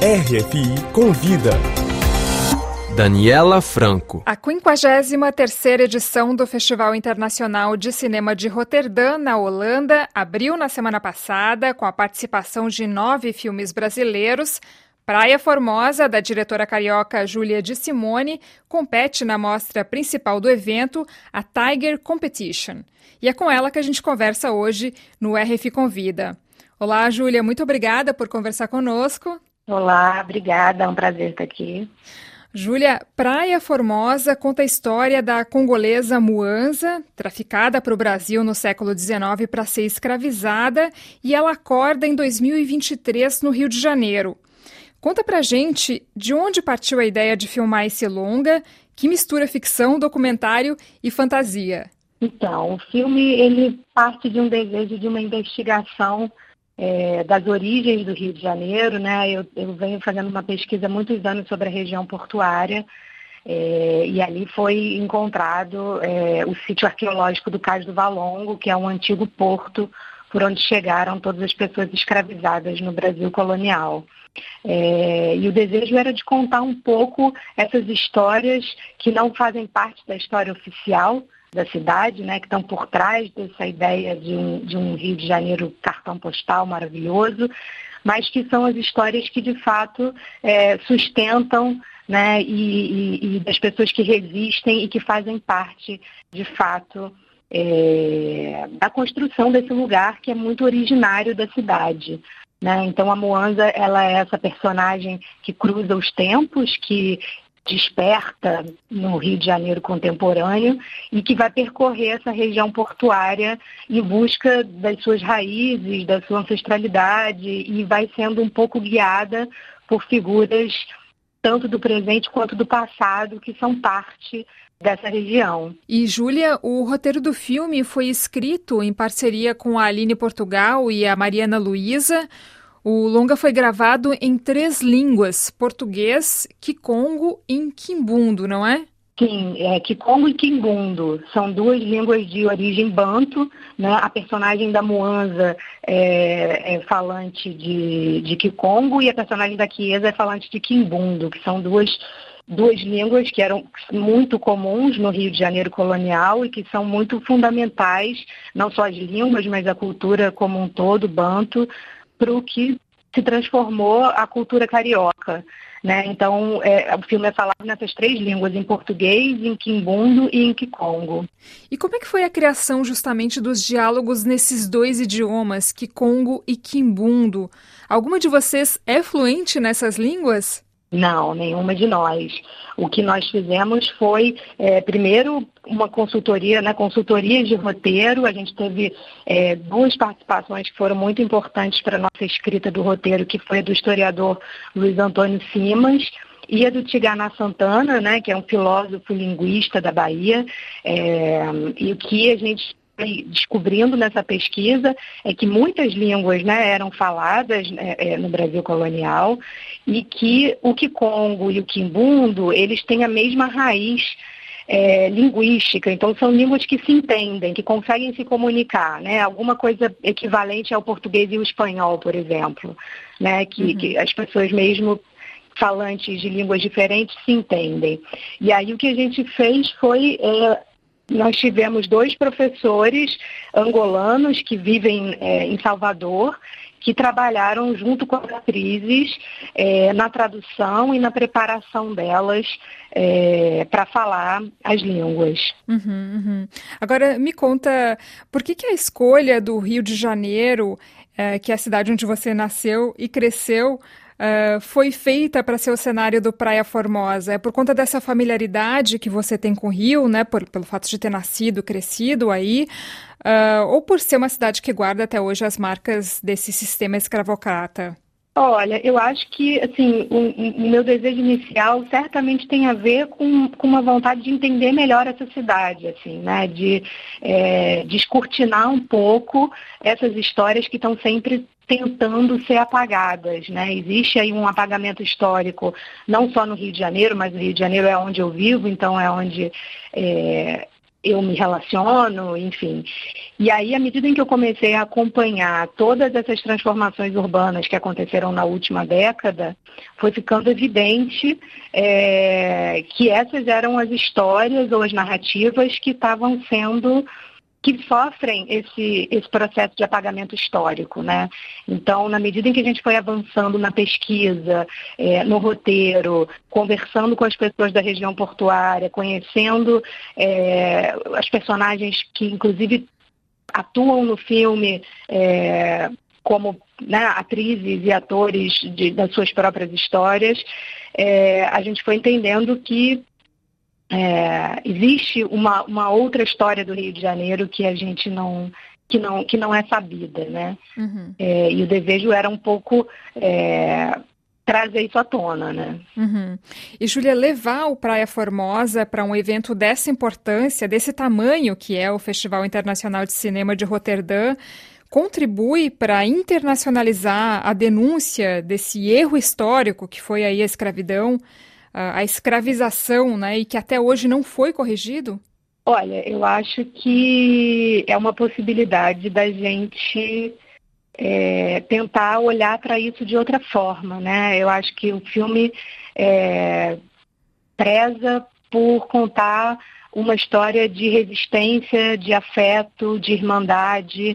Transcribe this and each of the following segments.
RFI Convida. Daniela Franco. A 53ª edição do Festival Internacional de Cinema de Roterdã, na Holanda, abriu na semana passada com a participação de 9 filmes brasileiros. Praia Formosa, da diretora carioca Júlia de Simone, compete na mostra principal do evento, a Tiger Competition. E é com ela que a gente conversa hoje no RFI Convida. Olá, Júlia, muito obrigada por conversar conosco. Olá, obrigada, é um prazer estar aqui. Júlia, Praia Formosa conta a história da congolesa Mwanza, traficada para o Brasil no século XIX para ser escravizada, e ela acorda em 2023 no Rio de Janeiro. Conta pra gente de onde partiu a ideia de filmar esse longa, que mistura ficção, documentário e fantasia. Então, o filme ele parte de um desejo de uma investigação das origens do Rio de Janeiro, né? Eu venho fazendo uma pesquisa há muitos anos sobre a região portuária e ali foi encontrado o sítio arqueológico do Cais do Valongo, que é um antigo porto por onde chegaram todas as pessoas escravizadas no Brasil colonial. E o desejo era de contar um pouco essas histórias que não fazem parte da história oficial da cidade, né, que estão por trás dessa ideia de um Rio de Janeiro cartão postal maravilhoso, mas que são as histórias que de fato sustentam, né, e das pessoas que resistem e que fazem parte de fato da construção desse lugar que é muito originário da cidade. Né? Então a Mwanza, ela é essa personagem que cruza os tempos, que desperta no Rio de Janeiro contemporâneo e que vai percorrer essa região portuária em busca das suas raízes, da sua ancestralidade e vai sendo um pouco guiada por figuras tanto do presente quanto do passado que são parte dessa região. E, Júlia, o roteiro do filme foi escrito em parceria com a Aline Portugal e a Mariana Luiza. O longa foi gravado em 3 línguas, português, kikongo e quimbundo, não é? Sim, kikongo e quimbundo. São 2 línguas de origem banto, né? A personagem da Mwanza é falante de kikongo e a personagem da Chiesa é falante de quimbundo, que são duas línguas que eram muito comuns no Rio de Janeiro colonial e que são muito fundamentais, não só as línguas, mas a cultura como um todo, banto, para o que se transformou a cultura carioca. Né? Então, o filme é falado nessas 3 línguas, em português, em quimbundo e em kikongo. E como é que foi a criação justamente dos diálogos nesses 2 idiomas, kikongo e quimbundo? Alguma de vocês é fluente nessas línguas? Não, nenhuma de nós. O que nós fizemos foi, primeiro, uma consultoria, né, consultorias de roteiro. A gente teve 2 participações que foram muito importantes para a nossa escrita do roteiro, que foi a do historiador Luiz Antônio Simas e a do Tigana Santana, né, que é um filósofo linguista da Bahia, e o que a gente descobrindo nessa pesquisa é que muitas línguas, né, eram faladas no Brasil colonial e que o kikongo e o quimbundo, eles têm a mesma raiz linguística, então são línguas que se entendem, que conseguem se comunicar, né, alguma coisa equivalente ao português e o espanhol, por exemplo, né, que as pessoas mesmo falantes de línguas diferentes se entendem. E aí o que a gente fez foi nós tivemos 2 professores angolanos que vivem em Salvador, que trabalharam junto com as atrizes na tradução e na preparação delas para falar as línguas. Agora, me conta, por que a escolha do Rio de Janeiro, que é a cidade onde você nasceu e cresceu, foi feita para ser o cenário do Praia Formosa? É por conta dessa familiaridade que você tem com o Rio, né, pelo fato de ter nascido, crescido aí, ou por ser uma cidade que guarda até hoje as marcas desse sistema escravocrata? Olha, eu acho que assim, o meu desejo inicial certamente tem a ver com uma vontade de entender melhor essa cidade, assim, né, de descortinar um pouco essas histórias que estão sempre tentando ser apagadas, né? Existe aí um apagamento histórico, não só no Rio de Janeiro, mas no Rio de Janeiro é onde eu vivo, então é onde eu me relaciono, enfim. E aí, à medida em que eu comecei a acompanhar todas essas transformações urbanas que aconteceram na última década, foi ficando evidente que essas eram as histórias ou as narrativas que sofrem esse processo de apagamento histórico, né? Então, na medida em que a gente foi avançando na pesquisa, no roteiro, conversando com as pessoas da região portuária, conhecendo as personagens que, inclusive, atuam no filme como, né, atrizes e atores das suas próprias histórias, a gente foi entendendo que existe uma outra história do Rio de Janeiro que a gente não é sabida, né? Uhum. E o desejo era um pouco trazer isso à tona, né? Uhum. E, Júlia, levar o Praia Formosa para um evento dessa importância, desse tamanho que é o Festival Internacional de Cinema de Roterdã, contribui para internacionalizar a denúncia desse erro histórico que foi aí a escravidão, a escravização, né, e que até hoje não foi corrigido? Olha, eu acho que é uma possibilidade da gente tentar olhar para isso de outra forma, né? Eu acho que o filme preza por contar uma história de resistência, de afeto, de irmandade,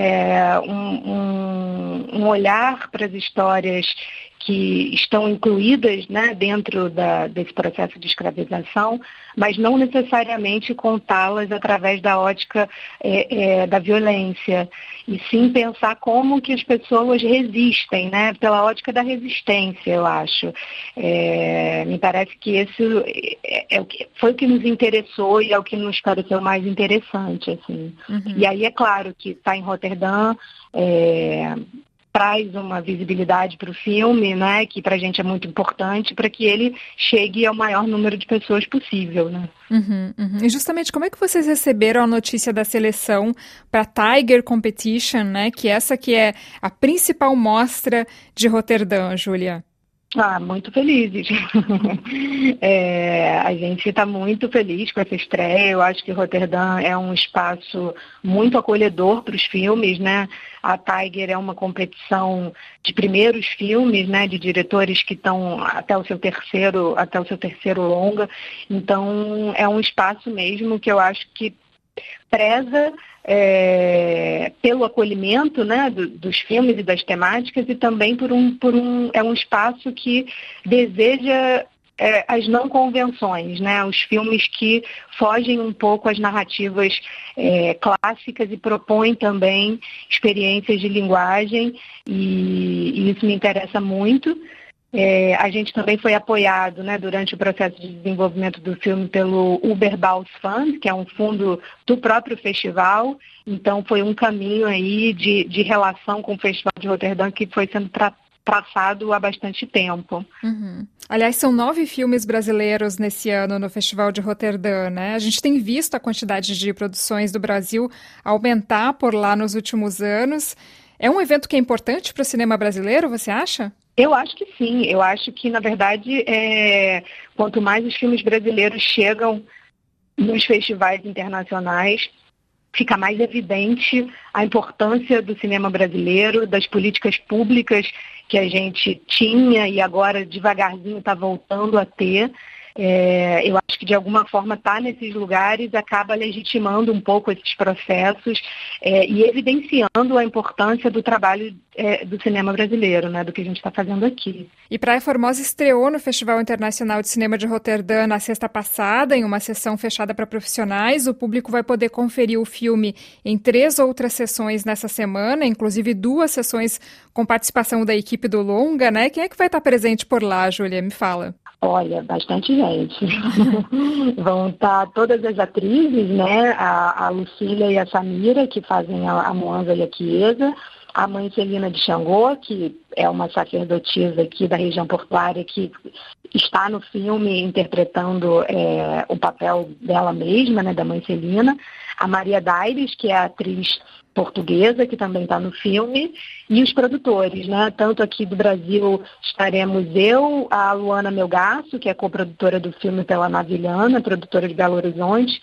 um olhar para as histórias que estão incluídas, né, dentro desse processo de escravização, mas não necessariamente contá-las através da ótica da violência, e sim pensar como que as pessoas resistem, né, pela ótica da resistência, eu acho. Me parece que esse foi o que nos interessou e é o que nos pareceu mais interessante, assim. Uhum. E aí é claro que está em Roterdã, traz uma visibilidade para o filme, né, que para a gente é muito importante, para que ele chegue ao maior número de pessoas possível, né? Uhum, uhum. E justamente como é que vocês receberam a notícia da seleção para Tiger Competition, né, que essa que é a principal mostra de Roterdã, Júlia? Muito felizes. A gente está muito feliz com essa estreia. Eu acho que Roterdã é um espaço muito acolhedor para os filmes, né? A Tiger é uma competição de primeiros filmes, né? De diretores que estão até o seu terceiro longa. Então, é um espaço mesmo que eu acho que preza pelo acolhimento, né, dos filmes e das temáticas, e também é um espaço que deseja as não convenções, né, os filmes que fogem um pouco às narrativas clássicas e propõem também experiências de linguagem, e isso me interessa muito. A gente também foi apoiado, né, durante o processo de desenvolvimento do filme pelo Uberbaus Fund, que é um fundo do próprio festival. Então foi um caminho aí de relação com o Festival de Roterdã que foi sendo traçado há bastante tempo. Uhum. Aliás, são 9 filmes brasileiros nesse ano no Festival de Roterdã, né? A gente tem visto a quantidade de produções do Brasil aumentar por lá nos últimos anos. É um evento que é importante para o cinema brasileiro, você acha? Eu acho que sim. Eu acho que, na verdade, quanto mais os filmes brasileiros chegam nos festivais internacionais, fica mais evidente a importância do cinema brasileiro, das políticas públicas que a gente tinha e agora devagarzinho está voltando a ter. Eu acho que de alguma forma estar nesses lugares acaba legitimando um pouco esses processos e evidenciando a importância do trabalho do cinema brasileiro, né, do que a gente está fazendo aqui. E Praia Formosa estreou no Festival Internacional de Cinema de Roterdã na sexta passada, em uma sessão fechada para profissionais. O público vai poder conferir o filme em 3 outras sessões nessa semana, inclusive 2 sessões com participação da equipe do longa, né? Quem é que vai estar presente por lá, Júlia? Me fala. Olha, bastante gente. Vão estar todas as atrizes, né? A Lucília e a Samira, que fazem a Moanza e a Chiesa. A mãe Celina de Xangô, que é uma sacerdotisa aqui da região portuária, que está no filme interpretando o papel dela mesma, né, da mãe Celina. A Maria Daires, que é a atriz portuguesa, que também está no filme, e os produtores, né? Tanto aqui do Brasil estaremos eu, a Luana Melgaço, que é coprodutora do filme pela Navilhana, produtora de Belo Horizonte,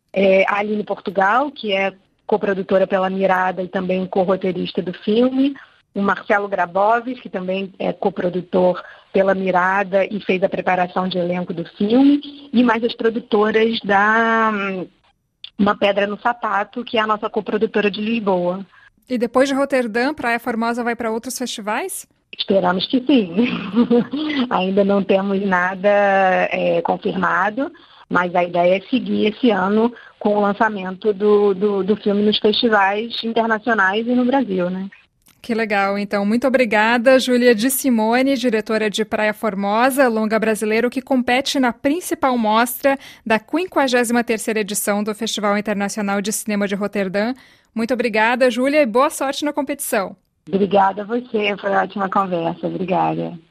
A Aline Portugal, que é coprodutora pela Mirada e também co-roteirista do filme, o Marcelo Grabowski, que também é coprodutor pela Mirada e fez a preparação de elenco do filme, e mais as produtoras da Uma Pedra no Sapato, que é a nossa coprodutora de Lisboa. E depois de Roterdã, Praia Formosa vai para outros festivais? Esperamos que sim. Ainda não temos nada confirmado, mas a ideia é seguir esse ano com o lançamento do filme nos festivais internacionais e no Brasil, né? Que legal, então. Muito obrigada, Júlia de Simone, diretora de Praia Formosa, longa brasileiro que compete na principal mostra da 53ª edição do Festival Internacional de Cinema de Roterdã. Muito obrigada, Júlia, e boa sorte na competição. Obrigada a você, foi uma ótima conversa. Obrigada.